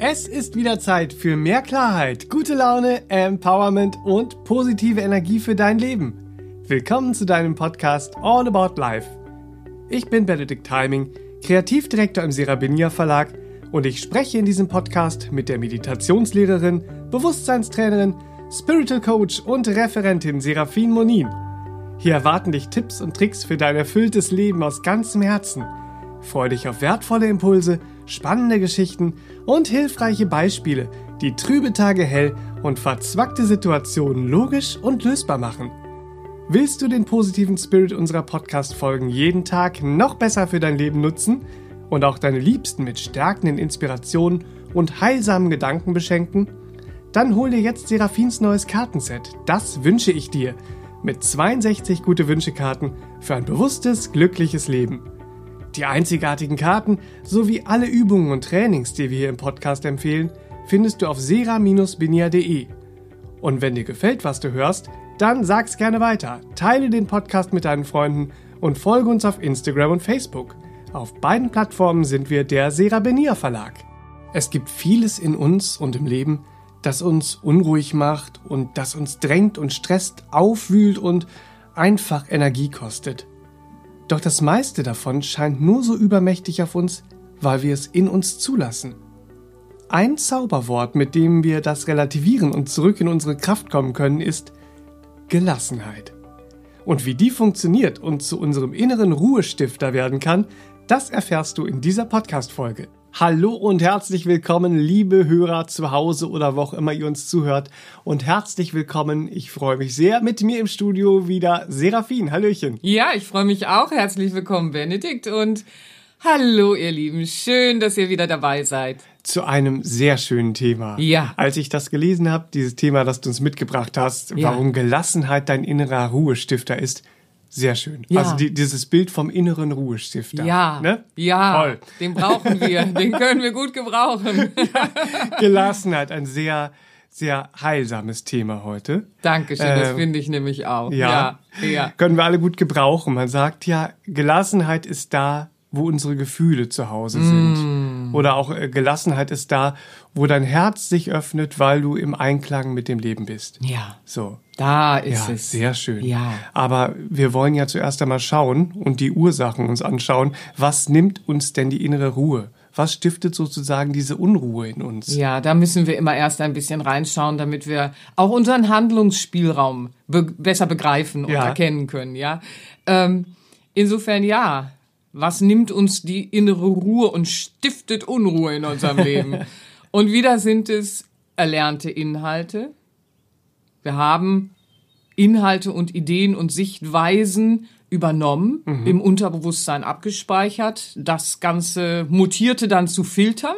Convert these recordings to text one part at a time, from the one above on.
Es ist wieder Zeit für mehr Klarheit, gute Laune, Empowerment und positive Energie für dein Leben. Willkommen zu deinem Podcast All About Life. Ich bin Benedikt Heiming, Kreativdirektor im Serabinia Verlag und ich spreche in diesem Podcast mit der Meditationslehrerin, Bewusstseinstrainerin, Spiritual Coach und Referentin Serafin Monin. Hier erwarten dich Tipps und Tricks für dein erfülltes Leben aus ganzem Herzen. Freue dich auf wertvolle Impulse, spannende Geschichten und hilfreiche Beispiele, die trübe Tage hell und verzwackte Situationen logisch und lösbar machen. Willst du den positiven Spirit unserer Podcast-Folgen jeden Tag noch besser für dein Leben nutzen und auch deine Liebsten mit stärkenden Inspirationen und heilsamen Gedanken beschenken? Dann hol dir jetzt Serafins neues Kartenset. Das wünsche ich dir. Mit 62 Gute-Wünsche-Karten für ein bewusstes, glückliches Leben. Die einzigartigen Karten sowie alle Übungen und Trainings, die wir hier im Podcast empfehlen, findest du auf sera-benia.de. Und wenn dir gefällt, was du hörst, dann sag's gerne weiter. Teile den Podcast mit deinen Freunden und folge uns auf Instagram und Facebook. Auf beiden Plattformen sind wir der Serabinia Verlag. Es gibt vieles in uns und im Leben, das uns unruhig macht und das uns drängt und stresst, aufwühlt und einfach Energie kostet. Doch das meiste davon scheint nur so übermächtig auf uns, weil wir es in uns zulassen. Ein Zauberwort, mit dem wir das relativieren und zurück in unsere Kraft kommen können, ist Gelassenheit. Und wie die funktioniert und zu unserem inneren Ruhestifter werden kann, das erfährst du in dieser Podcast-Folge. Hallo und herzlich willkommen, liebe Hörer zu Hause oder wo auch immer ihr uns zuhört. Und herzlich willkommen, ich freue mich sehr, mit mir im Studio wieder Serafin. Hallöchen. Ja, ich freue mich auch. Herzlich willkommen, Benedikt. Und hallo, ihr Lieben. Schön, dass ihr wieder dabei seid. Zu einem sehr schönen Thema. Ja. Als ich das gelesen habe, dieses Thema, das du uns mitgebracht hast, warum Gelassenheit dein innerer Ruhestifter ist, sehr schön. Ja. Also dieses Bild vom inneren Ruhestifter. Ja, ne? Ja, toll. Den brauchen wir. Den können wir gut gebrauchen. Ja, Gelassenheit, ein sehr, sehr heilsames Thema heute. Dankeschön, das finde ich nämlich auch. Ja. Können wir alle gut gebrauchen. Man sagt ja, Gelassenheit ist da, wo unsere Gefühle zu Hause sind. Oder auch Gelassenheit ist da, wo dein Herz sich öffnet, weil du im Einklang mit dem Leben bist. Ja. So. Da ist es. Sehr schön. Ja. Aber wir wollen ja zuerst einmal schauen und die Ursachen uns anschauen. Was nimmt uns denn die innere Ruhe? Was stiftet sozusagen diese Unruhe in uns? Ja, da müssen wir immer erst ein bisschen reinschauen, damit wir auch unseren Handlungsspielraum besser begreifen und erkennen können. Ja. Insofern ja. Was nimmt uns die innere Ruhe und stiftet Unruhe in unserem Leben? Und wieder sind es erlernte Inhalte. Wir haben Inhalte und Ideen und Sichtweisen übernommen, im Unterbewusstsein abgespeichert. Das Ganze mutierte dann zu Filtern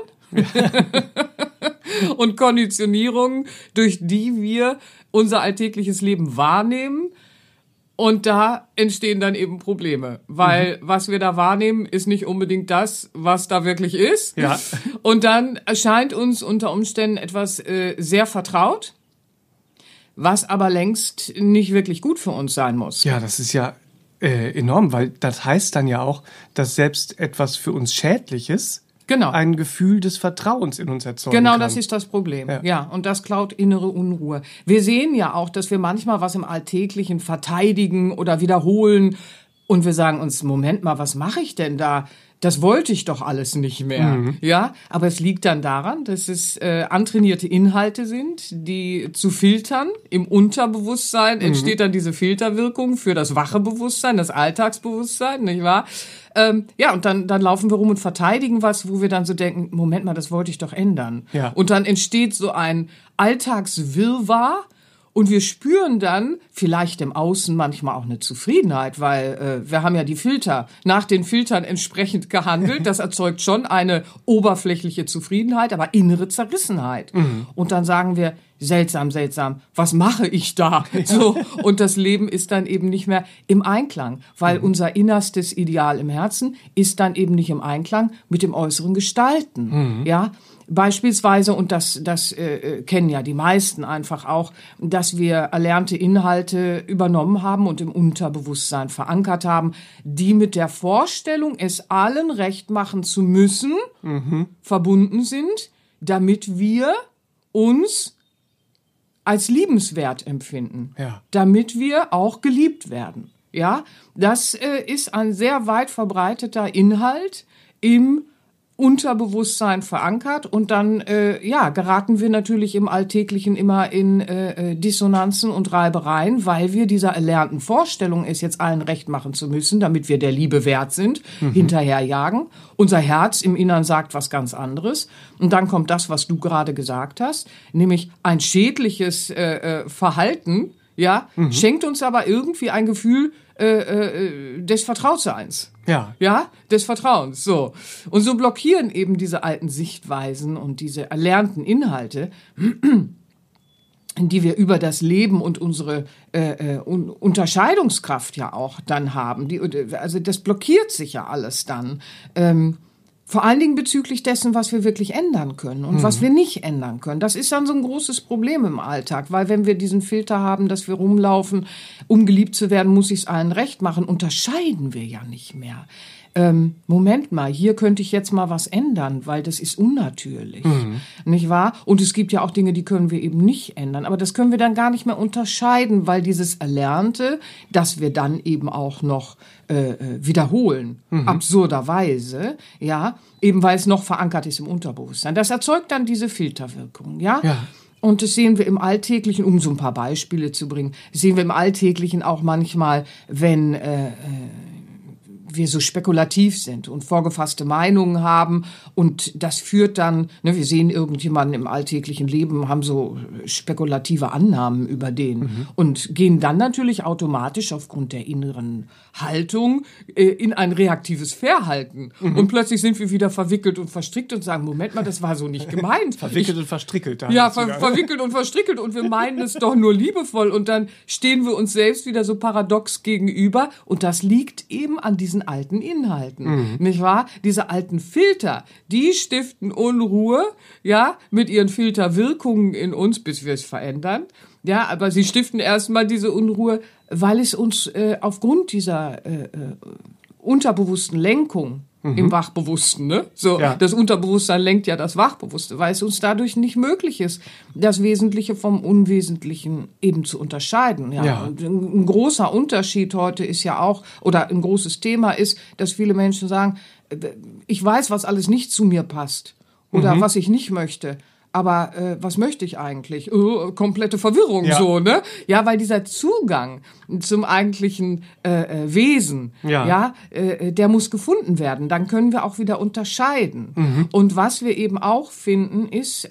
und Konditionierungen, durch die wir unser alltägliches Leben wahrnehmen. Und da entstehen dann eben Probleme, weil was wir da wahrnehmen, ist nicht unbedingt das, was da wirklich ist. Ja. Und dann erscheint uns unter Umständen etwas sehr vertraut, was aber längst nicht wirklich gut für uns sein muss. Ja, das ist ja enorm, weil das heißt dann ja auch, dass selbst etwas für uns Schädliches ein Gefühl des Vertrauens in uns erzeugen kann. Genau, das ist das Problem. Ja, und das klaut innere Unruhe. Wir sehen ja auch, dass wir manchmal was im Alltäglichen verteidigen oder wiederholen und wir sagen uns, Moment mal, was mache ich denn da? Das wollte ich doch alles nicht mehr. Ja, aber es liegt dann daran, dass es antrainierte Inhalte sind, die zu filtern. Im Unterbewusstsein entsteht dann diese Filterwirkung für das wache Bewusstsein, das Alltagsbewusstsein, nicht wahr? Und dann laufen wir rum und verteidigen was, wo wir dann so denken, Moment mal, das wollte ich doch ändern. Ja. Und dann entsteht so ein Alltagswirrwarr. Und wir spüren dann vielleicht im Außen manchmal auch eine Zufriedenheit, weil wir haben ja die Filter, nach den Filtern entsprechend gehandelt. Das erzeugt schon eine oberflächliche Zufriedenheit, aber innere Zerrissenheit. Und dann sagen wir, seltsam, was mache ich da? Ja. So, und das Leben ist dann eben nicht mehr im Einklang, weil unser innerstes Ideal im Herzen ist dann eben nicht im Einklang mit dem äußeren Gestalten. Ja. Beispielsweise, und das kennen ja die meisten einfach auch, dass wir erlernte Inhalte übernommen haben und im Unterbewusstsein verankert haben, die mit der Vorstellung, es allen recht machen zu müssen, verbunden sind, damit wir uns als liebenswert empfinden, Ja. damit wir auch geliebt werden. Ja, das ist ein sehr weit verbreiteter Inhalt im Unterbewusstsein verankert und dann geraten wir natürlich im Alltäglichen immer in Dissonanzen und Reibereien, weil wir dieser erlernten Vorstellung, es jetzt allen recht machen zu müssen, damit wir der Liebe wert sind, hinterherjagen. Unser Herz im Innern sagt was ganz anderes und dann kommt das, was du gerade gesagt hast, nämlich ein schädliches Verhalten, ja, schenkt uns aber irgendwie ein Gefühl des Vertrautseins. Ja, des Vertrauens, so. Und so blockieren eben diese alten Sichtweisen und diese erlernten Inhalte, die wir über das Leben und unsere Unterscheidungskraft ja auch dann haben. Also das blockiert sich ja alles dann. Vor allen Dingen bezüglich dessen, was wir wirklich ändern können und was wir nicht ändern können. Das ist dann so ein großes Problem im Alltag, weil wenn wir diesen Filter haben, dass wir rumlaufen, um geliebt zu werden, muss ich es allen recht machen, unterscheiden wir ja nicht mehr. Moment mal, hier könnte ich jetzt mal was ändern, weil das ist unnatürlich, nicht wahr? Und es gibt ja auch Dinge, die können wir eben nicht ändern, aber das können wir dann gar nicht mehr unterscheiden, weil dieses Erlernte, das wir dann eben auch noch wiederholen, absurderweise, ja, eben weil es noch verankert ist im Unterbewusstsein. Das erzeugt dann diese Filterwirkung, ja. Und das sehen wir im Alltäglichen, um so ein paar Beispiele zu bringen, das sehen wir im Alltäglichen auch manchmal, wenn wir so spekulativ sind und vorgefasste Meinungen haben und das führt dann, wir sehen irgendjemanden im alltäglichen Leben, haben so spekulative Annahmen über den und gehen dann natürlich automatisch aufgrund der inneren Haltung in ein reaktives Verhalten und plötzlich sind wir wieder verwickelt und verstrickt und sagen, Moment mal, das war so nicht gemeint. Verwickelt und verstrickelt. Ja, verwickelt und verstrickelt und wir meinen es doch nur liebevoll und dann stehen wir uns selbst wieder so paradox gegenüber und das liegt eben an diesen alten Inhalten, nicht wahr? Diese alten Filter, die stiften Unruhe, ja, mit ihren Filterwirkungen in uns, bis wir es verändern. Ja, aber sie stiften erstmal diese Unruhe, weil es uns aufgrund dieser unterbewussten Lenkung im Wachbewussten, ne? So, ja. Das Unterbewusstsein lenkt ja das Wachbewusste, weil es uns dadurch nicht möglich ist, das Wesentliche vom Unwesentlichen eben zu unterscheiden. Ja. Und ein großer Unterschied heute ist ja auch, oder ein großes Thema ist, dass viele Menschen sagen, ich weiß, was alles nicht zu mir passt oder was ich nicht möchte. Aber was möchte ich eigentlich? Komplette Verwirrung, so, ne? Ja, weil dieser Zugang zum eigentlichen Wesen, der muss gefunden werden. Dann können wir auch wieder unterscheiden. Und was wir eben auch finden, ist,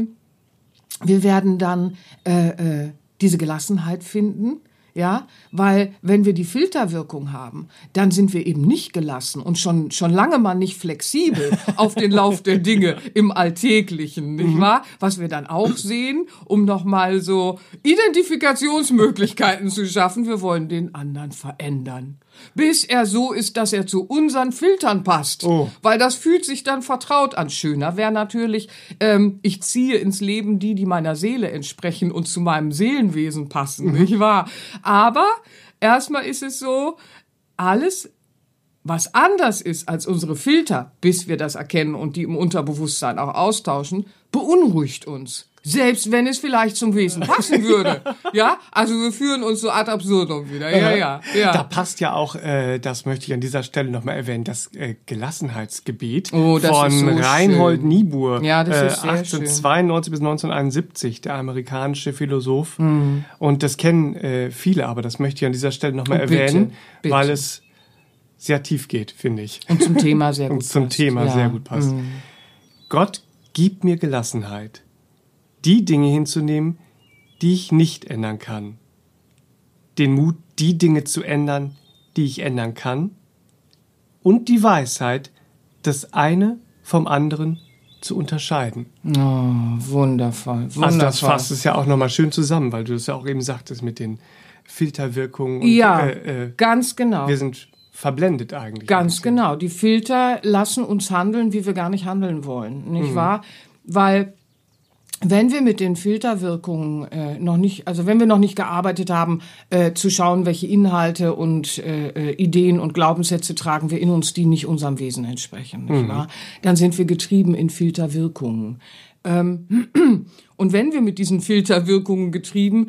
wir werden dann diese Gelassenheit finden. Ja, weil wenn wir die Filterwirkung haben, dann sind wir eben nicht gelassen und schon lange mal nicht flexibel auf den Lauf der Dinge im Alltäglichen, nicht wahr? Was wir dann auch sehen, um nochmal so Identifikationsmöglichkeiten zu schaffen, wir wollen den anderen verändern. Bis er so ist, dass er zu unseren Filtern passt. Weil das fühlt sich dann vertraut an. Schöner wäre natürlich, ich ziehe ins Leben die meiner Seele entsprechen und zu meinem Seelenwesen passen, nicht wahr? Aber erstmal ist es so, alles, was anders ist als unsere Filter, bis wir das erkennen und die im Unterbewusstsein auch austauschen, beunruhigt uns. Selbst wenn es vielleicht zum Wesen passen würde. Ja, also wir führen uns so ad absurdum wieder. Ja. Da passt ja auch, das möchte ich an dieser Stelle nochmal erwähnen, das Gelassenheitsgebet das von ist so Reinhold schön. Niebuhr. Ja, das ist sehr 1892 bis 1971, der amerikanische Philosoph. Und das kennen viele, aber das möchte ich an dieser Stelle nochmal erwähnen, bitte. weil es sehr tief geht, finde ich. Und zum Thema sehr gut passt. Und zum Thema sehr gut passt. Gott gibt mir Gelassenheit, die Dinge hinzunehmen, die ich nicht ändern kann. Den Mut, die Dinge zu ändern, die ich ändern kann. Und die Weisheit, das eine vom anderen zu unterscheiden. Wundervoll. Also das fasst es ja auch nochmal schön zusammen, weil du das ja auch eben sagtest mit den Filterwirkungen. Und, ganz genau. Wir sind verblendet eigentlich. Ganz genau. Die Filter lassen uns handeln, wie wir gar nicht handeln wollen, nicht wahr? Weil wenn wir mit den Filterwirkungen wenn wir noch nicht gearbeitet haben, zu schauen, welche Inhalte und Ideen und Glaubenssätze tragen wir in uns, die nicht unserem Wesen entsprechen, nicht wahr? Dann sind wir getrieben in Filterwirkungen. Und wenn wir mit diesen Filterwirkungen getrieben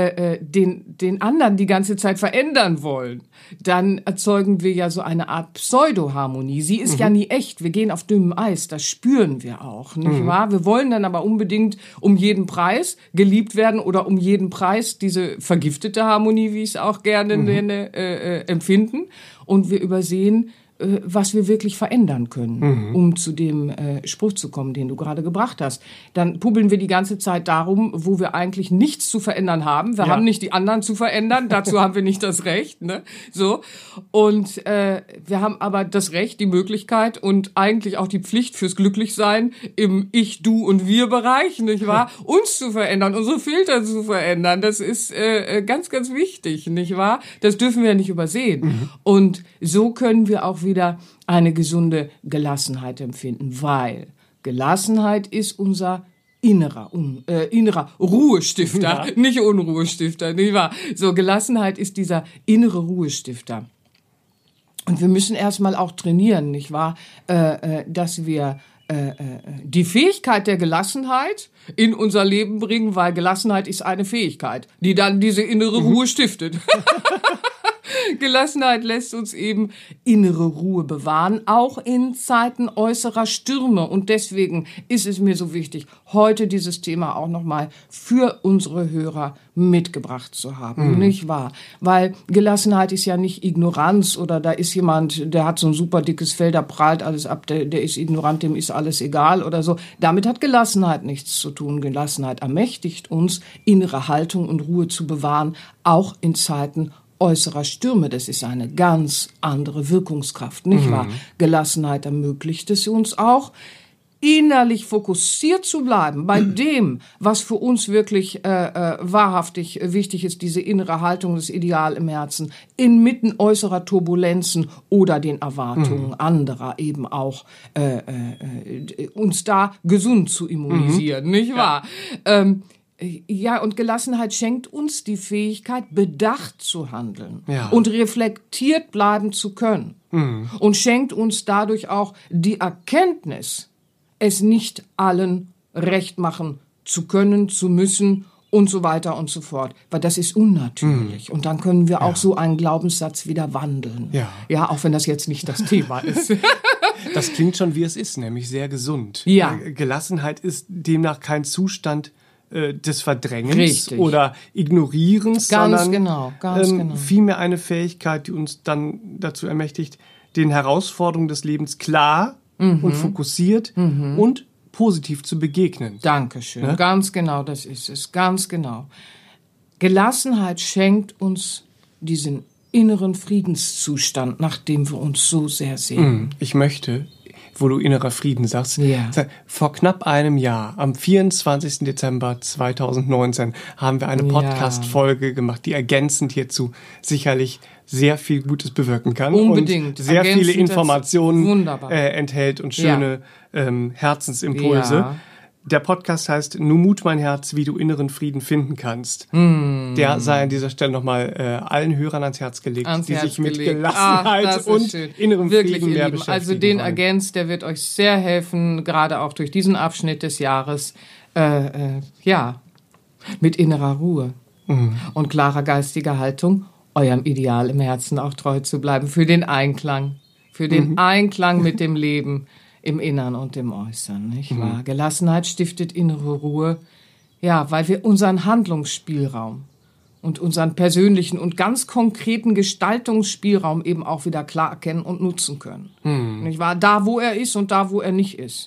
den anderen die ganze Zeit verändern wollen, dann erzeugen wir ja so eine Art Pseudoharmonie. Sie ist ja nie echt. Wir gehen auf dünnem Eis. Das spüren wir auch, nicht wahr? Wir wollen dann aber unbedingt um jeden Preis geliebt werden oder um jeden Preis diese vergiftete Harmonie, wie ich es auch gerne nenne, empfinden. Und wir übersehen, was wir wirklich verändern können, um zu dem Spruch zu kommen, den du gerade gebracht hast. Dann pubbeln wir die ganze Zeit darum, wo wir eigentlich nichts zu verändern haben. Wir haben nicht die anderen zu verändern, dazu haben wir nicht das Recht. Ne? So. Und wir haben aber das Recht, die Möglichkeit und eigentlich auch die Pflicht fürs Glücklichsein im Ich, Du und Wir-Bereich, nicht wahr? Uns zu verändern, unsere Filter zu verändern. Das ist ganz, ganz wichtig, nicht wahr? Das dürfen wir ja nicht übersehen. Und so können wir auch wieder eine gesunde Gelassenheit empfinden, weil Gelassenheit ist unser innerer Ruhestifter, nicht Unruhestifter, nicht wahr? So, Gelassenheit ist dieser innere Ruhestifter. Und wir müssen erstmal auch trainieren, nicht wahr? Dass wir die Fähigkeit der Gelassenheit in unser Leben bringen, weil Gelassenheit ist eine Fähigkeit, die dann diese innere Ruhe stiftet. Gelassenheit lässt uns eben innere Ruhe bewahren, auch in Zeiten äußerer Stürme. Und deswegen ist es mir so wichtig, heute dieses Thema auch nochmal für unsere Hörer mitgebracht zu haben, nicht wahr? Weil Gelassenheit ist ja nicht Ignoranz oder da ist jemand, der hat so ein super dickes Fell, da prahlt alles ab, der ist ignorant, dem ist alles egal oder so. Damit hat Gelassenheit nichts zu tun. Gelassenheit ermächtigt uns, innere Haltung und Ruhe zu bewahren, auch in Zeiten äußerer Stürme. Das ist eine ganz andere Wirkungskraft, nicht wahr? Gelassenheit ermöglicht es uns auch, innerlich fokussiert zu bleiben bei dem, was für uns wirklich wahrhaftig wichtig ist, diese innere Haltung, das Ideal im Herzen, inmitten äußerer Turbulenzen oder den Erwartungen anderer eben auch uns da gesund zu immunisieren, nicht wahr? Ja, und Gelassenheit schenkt uns die Fähigkeit, bedacht zu handeln und reflektiert bleiben zu können. Und schenkt uns dadurch auch die Erkenntnis, es nicht allen recht machen zu können, zu müssen und so weiter und so fort. Weil das ist unnatürlich. Und dann können wir auch so einen Glaubenssatz wieder wandeln. Ja, auch wenn das jetzt nicht das Thema ist. Das klingt schon, wie es ist, nämlich sehr gesund. Ja. Gelassenheit ist demnach kein Zustand des Verdrängens oder Ignorierens, ganz sondern genau. Vielmehr eine Fähigkeit, die uns dann dazu ermächtigt, den Herausforderungen des Lebens klar und fokussiert und positiv zu begegnen. Dankeschön. Ne? Ganz genau, das ist es. Ganz genau. Gelassenheit schenkt uns diesen inneren Friedenszustand, nach dem wir uns so sehr sehen. Ich möchte, wo du innerer Frieden sagst, Ja. vor knapp einem Jahr, am 24. Dezember 2019, haben wir eine Podcast-Folge gemacht, die ergänzend hierzu sicherlich sehr viel Gutes bewirken kann. Unbedingt. Und sehr Ergänzend viele Informationen dazu. enthält und schöne Herzensimpulse. Ja. Der Podcast heißt Nur Mut, mein Herz, wie du inneren Frieden finden kannst. Der sei an dieser Stelle nochmal allen Hörern ans Herz gelegt, die sich mit Gelassenheit und innerem wirklich, Frieden mehr Lieben. beschäftigen Also den wollen. ergänzt, der wird euch sehr helfen, gerade auch durch diesen Abschnitt des Jahres, mit innerer Ruhe und klarer geistiger Haltung, eurem Ideal im Herzen auch treu zu bleiben, für den Einklang mit dem Leben im Innern und im Äußern, nicht wahr? Gelassenheit stiftet innere Ruhe, ja, weil wir unseren Handlungsspielraum und unseren persönlichen und ganz konkreten Gestaltungsspielraum eben auch wieder klar erkennen und nutzen können. Nicht wahr? Da, wo er ist und da, wo er nicht ist.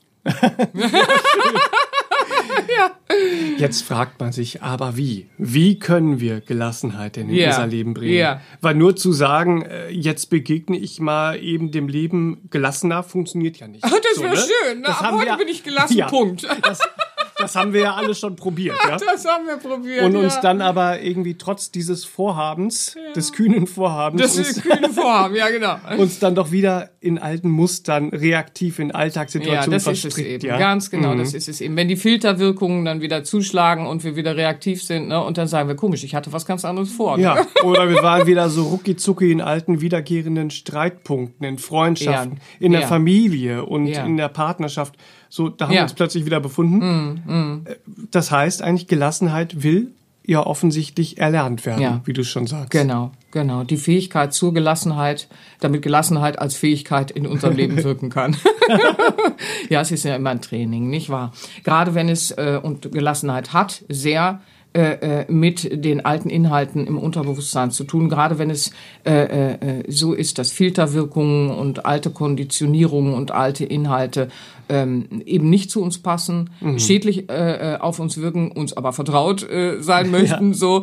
Jetzt fragt man sich, aber wie? Wie können wir Gelassenheit denn in unser Leben bringen? Ja. Weil nur zu sagen, jetzt begegne ich mal eben dem Leben gelassener, funktioniert ja nicht. Das wäre schön. Das Ab haben heute wir- bin ich gelassen, Ja. Punkt. Das haben wir ja alle schon probiert. Ja? Das haben wir probiert. Und uns dann aber irgendwie trotz dieses Vorhabens, des kühnen Vorhabens, Das ist kühne Vorhaben, ja genau. uns dann doch wieder in alten Mustern reaktiv in Ja, Alltagssituationen das ist es verstrickt. eben. Ja? Ganz genau, das ist es eben. Wenn die Filterwirkungen dann wieder zuschlagen und wir wieder reaktiv sind, ne, und dann sagen wir, komisch, ich hatte was ganz anderes vor. Ne? Ja, oder wir waren wieder so rucki-zucki in alten, wiederkehrenden Streitpunkten, in Freundschaften, Ja. in der Ja. Familie und Ja. in der Partnerschaft, So, da haben wir uns plötzlich wieder befunden. Das heißt eigentlich, Gelassenheit will ja offensichtlich erlernt werden, wie du schon sagst. Genau. Die Fähigkeit zur Gelassenheit, damit Gelassenheit als Fähigkeit in unserem Leben wirken kann. Ja, es ist ja immer ein Training, nicht wahr? Gerade wenn es, und Gelassenheit hat, sehr mit den alten Inhalten im Unterbewusstsein zu tun, gerade wenn es so ist, dass Filterwirkungen und alte Konditionierungen und alte Inhalte eben nicht zu uns passen, schädlich auf uns wirken, uns aber vertraut sein möchten, so.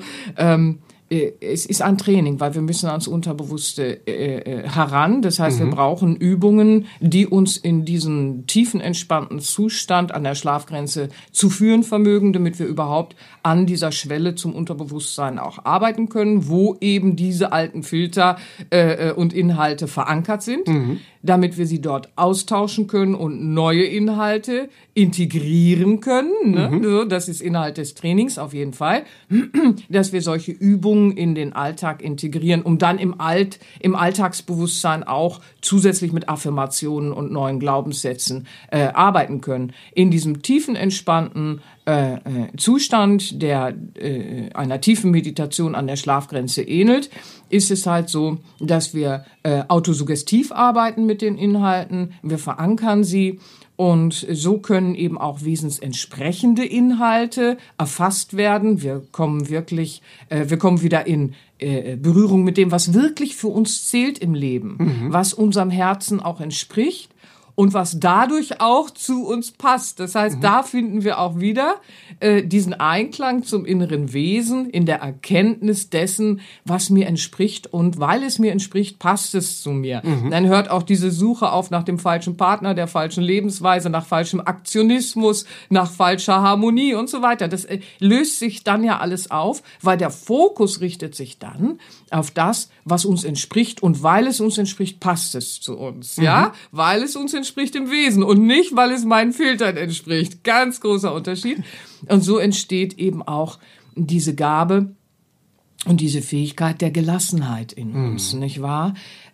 Es ist ein Training, weil wir müssen ans Unterbewusste heran. Das heißt, wir brauchen Übungen, die uns in diesen tiefen, entspannten Zustand an der Schlafgrenze zu führen vermögen, damit wir überhaupt an dieser Schwelle zum Unterbewusstsein auch arbeiten können, wo eben diese alten Filter und Inhalte verankert sind, damit wir sie dort austauschen können und neue Inhalte integrieren können. Ne? So, das ist Inhalt des Trainings auf jeden Fall, dass wir solche Übungen in den Alltag integrieren, um dann im Alltagsbewusstsein auch zusätzlich mit Affirmationen und neuen Glaubenssätzen arbeiten können. In diesem tiefen, entspannten Zustand, der einer tiefen Meditation an der Schlafgrenze ähnelt, ist es halt so, dass wir autosuggestiv arbeiten mit den Inhalten, wir verankern sie. Und so können eben auch wesensentsprechende Inhalte erfasst werden. Wir kommen wieder in Berührung mit dem, was wirklich für uns zählt im Leben, was unserem Herzen auch entspricht und was dadurch auch zu uns passt. Das heißt, da finden wir auch wieder diesen Einklang zum inneren Wesen in der Erkenntnis dessen, was mir entspricht. Und weil es mir entspricht, passt es zu mir. Dann hört auch diese Suche auf nach dem falschen Partner, der falschen Lebensweise, nach falschem Aktionismus, nach falscher Harmonie und so weiter. Das löst sich dann ja alles auf, weil der Fokus richtet sich dann auf das, was uns entspricht. Und weil es uns entspricht, passt es zu uns. Ja, weil es uns entspricht im Wesen und nicht, weil es meinen Filtern entspricht. Ganz großer Unterschied. Und so entsteht eben auch diese Gabe und diese Fähigkeit der Gelassenheit in uns, nicht wahr?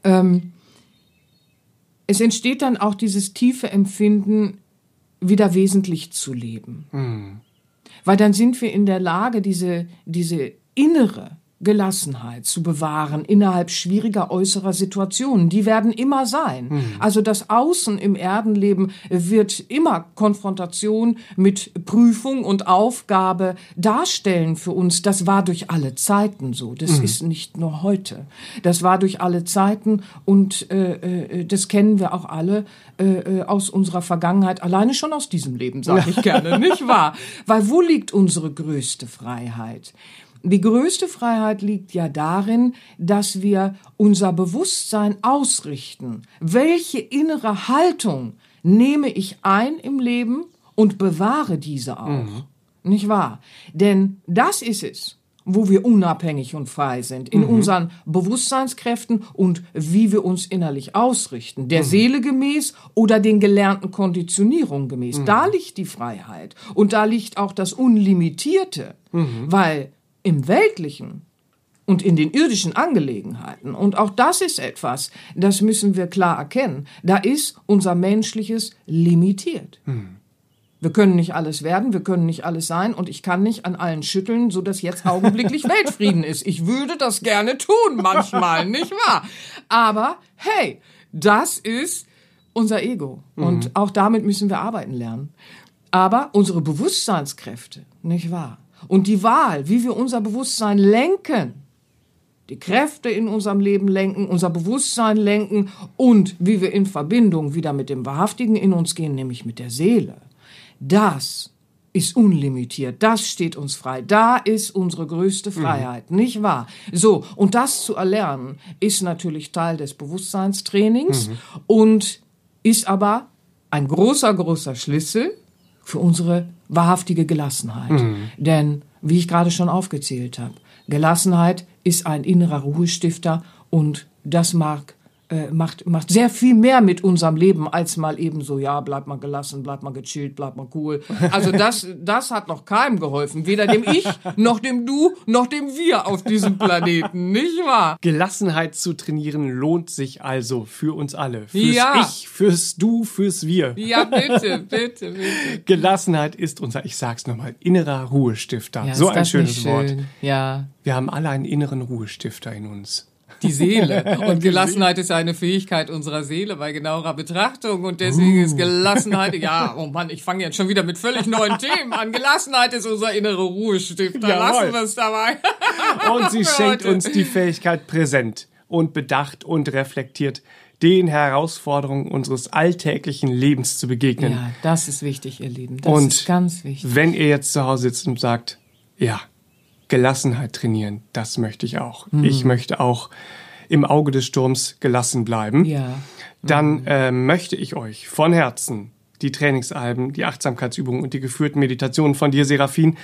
Es entsteht dann auch dieses tiefe Empfinden, wieder wesentlich zu leben. Weil dann sind wir in der Lage, diese innere Gelassenheit zu bewahren innerhalb schwieriger äußerer Situationen. Die werden immer sein. Also das Außen im Erdenleben wird immer Konfrontation mit Prüfung und Aufgabe darstellen für uns. Das war durch alle Zeiten so. Das ist nicht nur heute. Das war durch alle Zeiten und das kennen wir auch alle aus unserer Vergangenheit, alleine schon aus diesem Leben, sage ich gerne, nicht wahr? Weil wo liegt unsere größte Freiheit? Die größte Freiheit liegt ja darin, dass wir unser Bewusstsein ausrichten. Welche innere Haltung nehme ich ein im Leben und bewahre diese auch? Nicht wahr? Denn das ist es, wo wir unabhängig und frei sind, in unseren Bewusstseinskräften und wie wir uns innerlich ausrichten, der Seele gemäß oder den gelernten Konditionierungen gemäß. Da liegt die Freiheit und da liegt auch das Unlimitierte, weil im Weltlichen und in den irdischen Angelegenheiten, und auch das ist etwas, das müssen wir klar erkennen, da ist unser Menschliches limitiert. Wir können nicht alles werden, wir können nicht alles sein und ich kann nicht an allen schütteln, so dass jetzt augenblicklich Weltfrieden ist. Ich würde das gerne tun manchmal, nicht wahr? Aber hey, das ist unser Ego und auch damit müssen wir arbeiten lernen. Aber unsere Bewusstseinskräfte, nicht wahr? Und die Wahl, wie wir unser Bewusstsein lenken, die Kräfte in unserem Leben lenken, unser Bewusstsein lenken und wie wir in Verbindung wieder mit dem Wahrhaftigen in uns gehen, nämlich mit der Seele, das ist unlimitiert, das steht uns frei, da ist unsere größte Freiheit, nicht wahr? So, und das zu erlernen, ist natürlich Teil des Bewusstseinstrainings und ist aber ein großer, großer Schlüssel für unsere wahrhaftige Gelassenheit. Denn, wie ich gerade schon aufgezählt habe, Gelassenheit ist ein innerer Ruhestifter und das mag macht sehr viel mehr mit unserem Leben, als mal eben so, ja, bleib mal gelassen, bleib mal gechillt, bleib mal cool. Also das hat noch keinem geholfen. Weder dem Ich, noch dem Du, noch dem Wir auf diesem Planeten, nicht wahr? Gelassenheit zu trainieren lohnt sich also für uns alle. Fürs Ja. Ich, fürs Du, fürs Wir. Ja, bitte. Gelassenheit ist unser, ich sag's nochmal, innerer Ruhestifter. Ja, So ist ein das schönes nicht Wort. schön? Ja, Wir haben alle einen inneren Ruhestifter in uns. die Seele. Und Gelassenheit ist eine Fähigkeit unserer Seele bei genauerer Betrachtung. Und deswegen ist Gelassenheit, ja, oh Mann, ich fange jetzt schon wieder mit völlig neuen Themen an. Gelassenheit ist unser innerer Ruhestifter. Jawohl. Lassen wir es dabei. Und sie Für schenkt heute. uns die Fähigkeit, präsent und bedacht und reflektiert den Herausforderungen unseres alltäglichen Lebens zu begegnen. Ja, das ist wichtig, ihr Lieben. Das Und ist ganz wichtig. wenn ihr jetzt zu Hause sitzt und sagt, ja, Gelassenheit trainieren, das möchte ich auch. Ich möchte auch im Auge des Sturms gelassen bleiben. Ja. Dann möchte ich euch von Herzen die Trainingsalben, die Achtsamkeitsübungen und die geführten Meditationen von dir, Serafin,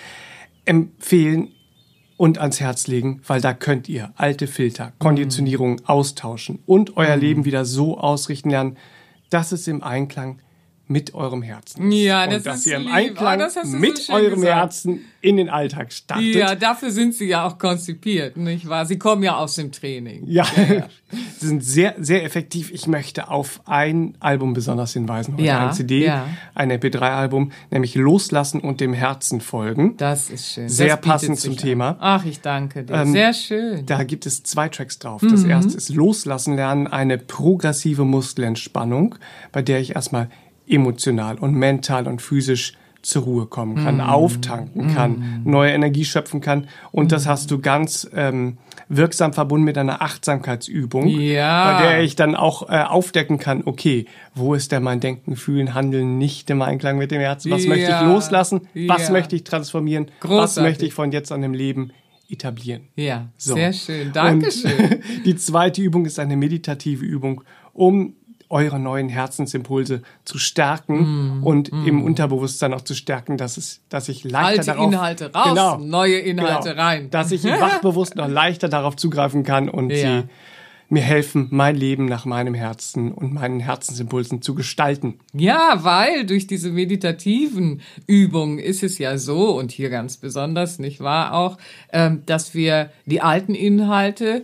empfehlen und ans Herz legen, weil da könnt ihr alte Filter, Konditionierungen austauschen und euer Leben wieder so ausrichten lernen, dass es im Einklang mit eurem Herzen ist. Ja, und das dass ist ihr im lieb. Einklang Das hast du so mit schön eurem gesagt. Herzen in den Alltag startet. Ja, dafür sind sie ja auch konzipiert, nicht wahr? Sie kommen ja aus dem Training. Ja, sie sind sehr, sehr effektiv. Ich möchte auf ein Album besonders hinweisen. Heute Ja, ein CD, ja. ein MP3-Album, nämlich Loslassen und dem Herzen folgen. Das ist schön. Sehr Das bietet passend sich zum Thema. Ach, ich danke dir. Sehr schön. Da gibt es 2 Tracks drauf. Das erste ist Loslassen lernen, eine progressive Muskelentspannung, bei der ich erstmal emotional und mental und physisch zur Ruhe kommen kann, auftanken kann, neue Energie schöpfen kann. Und das hast du ganz wirksam verbunden mit einer Achtsamkeitsübung, Ja. bei der ich dann auch aufdecken kann, okay, wo ist denn mein Denken, Fühlen, Handeln nicht im Einklang mit dem Herzen? Was Ja. möchte ich loslassen? Was Ja. möchte ich transformieren? Was Großartig. möchte ich von jetzt an im Leben etablieren? Ja, So. sehr schön. Dankeschön. Und die zweite Übung ist eine meditative Übung, um eure neuen Herzensimpulse zu stärken und im Unterbewusstsein auch zu stärken, dass ich leichter Alte darauf... Inhalte raus, Genau, neue Inhalte rein. Dass ich im Wachbewusst noch leichter darauf zugreifen kann und Ja. sie mir helfen, mein Leben nach meinem Herzen und meinen Herzensimpulsen zu gestalten. Ja, weil durch diese meditativen Übungen ist es ja so, und hier ganz besonders, nicht wahr auch, dass wir die alten Inhalte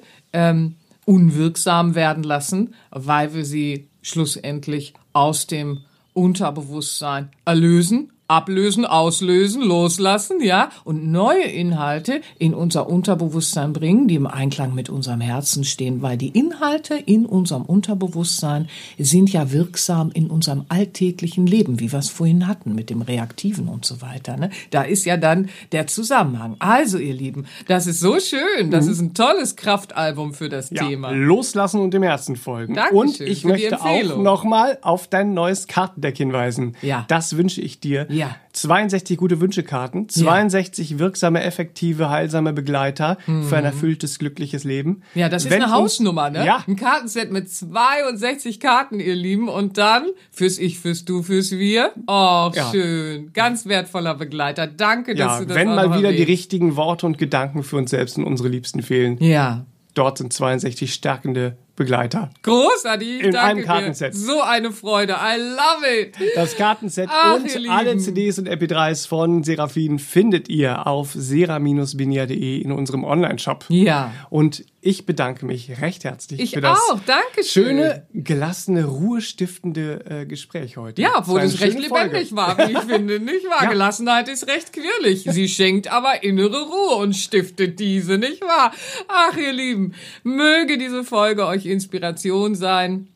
unwirksam werden lassen, weil wir sie schlussendlich aus dem Unterbewusstsein erlösen, ablösen, auslösen, loslassen, ja, und neue Inhalte in unser Unterbewusstsein bringen, die im Einklang mit unserem Herzen stehen, weil die Inhalte in unserem Unterbewusstsein sind ja wirksam in unserem alltäglichen Leben, wie wir es vorhin hatten mit dem Reaktiven und so weiter, ne? Da ist ja dann der Zusammenhang. Also, ihr Lieben, das ist so schön, das ist ein tolles Kraftalbum für das Ja, Thema. loslassen und dem Herzen folgen. Dankeschön und ich für die möchte auch Empfehlung. nochmal auf dein neues Kartendeck hinweisen. Ja. Das wünsche ich dir. Ja. 62 gute Wünschekarten, 62 wirksame, effektive, heilsame Begleiter für ein erfülltes, glückliches Leben. Ja, das ist Wenn eine uns- Hausnummer, ne? Ja, Ein Kartenset mit 62 Karten, ihr Lieben. Und dann fürs Ich, fürs Du, fürs Wir. Oh, Ja. schön. Ganz wertvoller Begleiter. Danke, dass ja, du das wenn auch mal noch wieder die erwähnst. richtigen Worte und Gedanken für uns selbst und unsere Liebsten fehlen. Ja. Dort sind 62 stärkende Begleiter. Großartig. In Danke einem dir. Kartenset. So eine Freude. I love it. Das Kartenset Ach, und ihr Lieben. alle CDs und MP3s von Serafin findet ihr auf sera-benia.de in unserem Online-Shop. Ja. Und ich bedanke mich recht herzlich Ich für das auch. Dankeschön. schöne, gelassene, ruhestiftende Gespräch heute. Ja, obwohl war es eine recht schöne Folge. lebendig war, wie ich finde, nicht wahr? Ja. Gelassenheit ist recht quirlig. Sie schenkt aber innere Ruhe und stiftet diese, nicht wahr? Ach, ihr Lieben, möge diese Folge euch Inspiration sein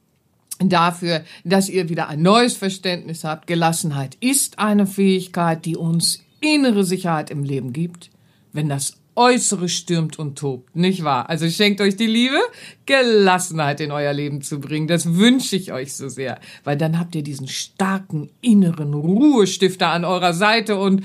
dafür, dass ihr wieder ein neues Verständnis habt. Gelassenheit ist eine Fähigkeit, die uns innere Sicherheit im Leben gibt, wenn das Äußere stürmt und tobt, nicht wahr? Also schenkt euch die Liebe, Gelassenheit in euer Leben zu bringen. Das wünsche ich euch so sehr, weil dann habt ihr diesen starken inneren Ruhestifter an eurer Seite und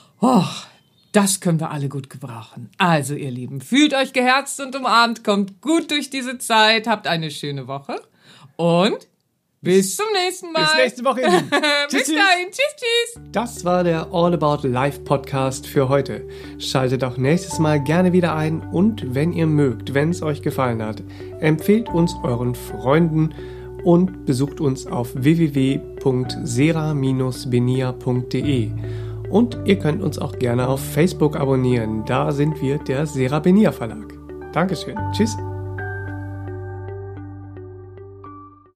das können wir alle gut gebrauchen. Also ihr Lieben, fühlt euch geherzt und umarmt, kommt gut durch diese Zeit, habt eine schöne Woche und Bis zum nächsten Mal. Bis nächste Woche. Bis dahin. Tschüss. Das war der All About Life Podcast für heute. Schaltet auch nächstes Mal gerne wieder ein und wenn ihr mögt, wenn es euch gefallen hat, empfehlt uns euren Freunden und besucht uns auf www.sera-benia.de. Und ihr könnt uns auch gerne auf Facebook abonnieren. Da sind wir der Sera Benia Verlag. Dankeschön. Tschüss.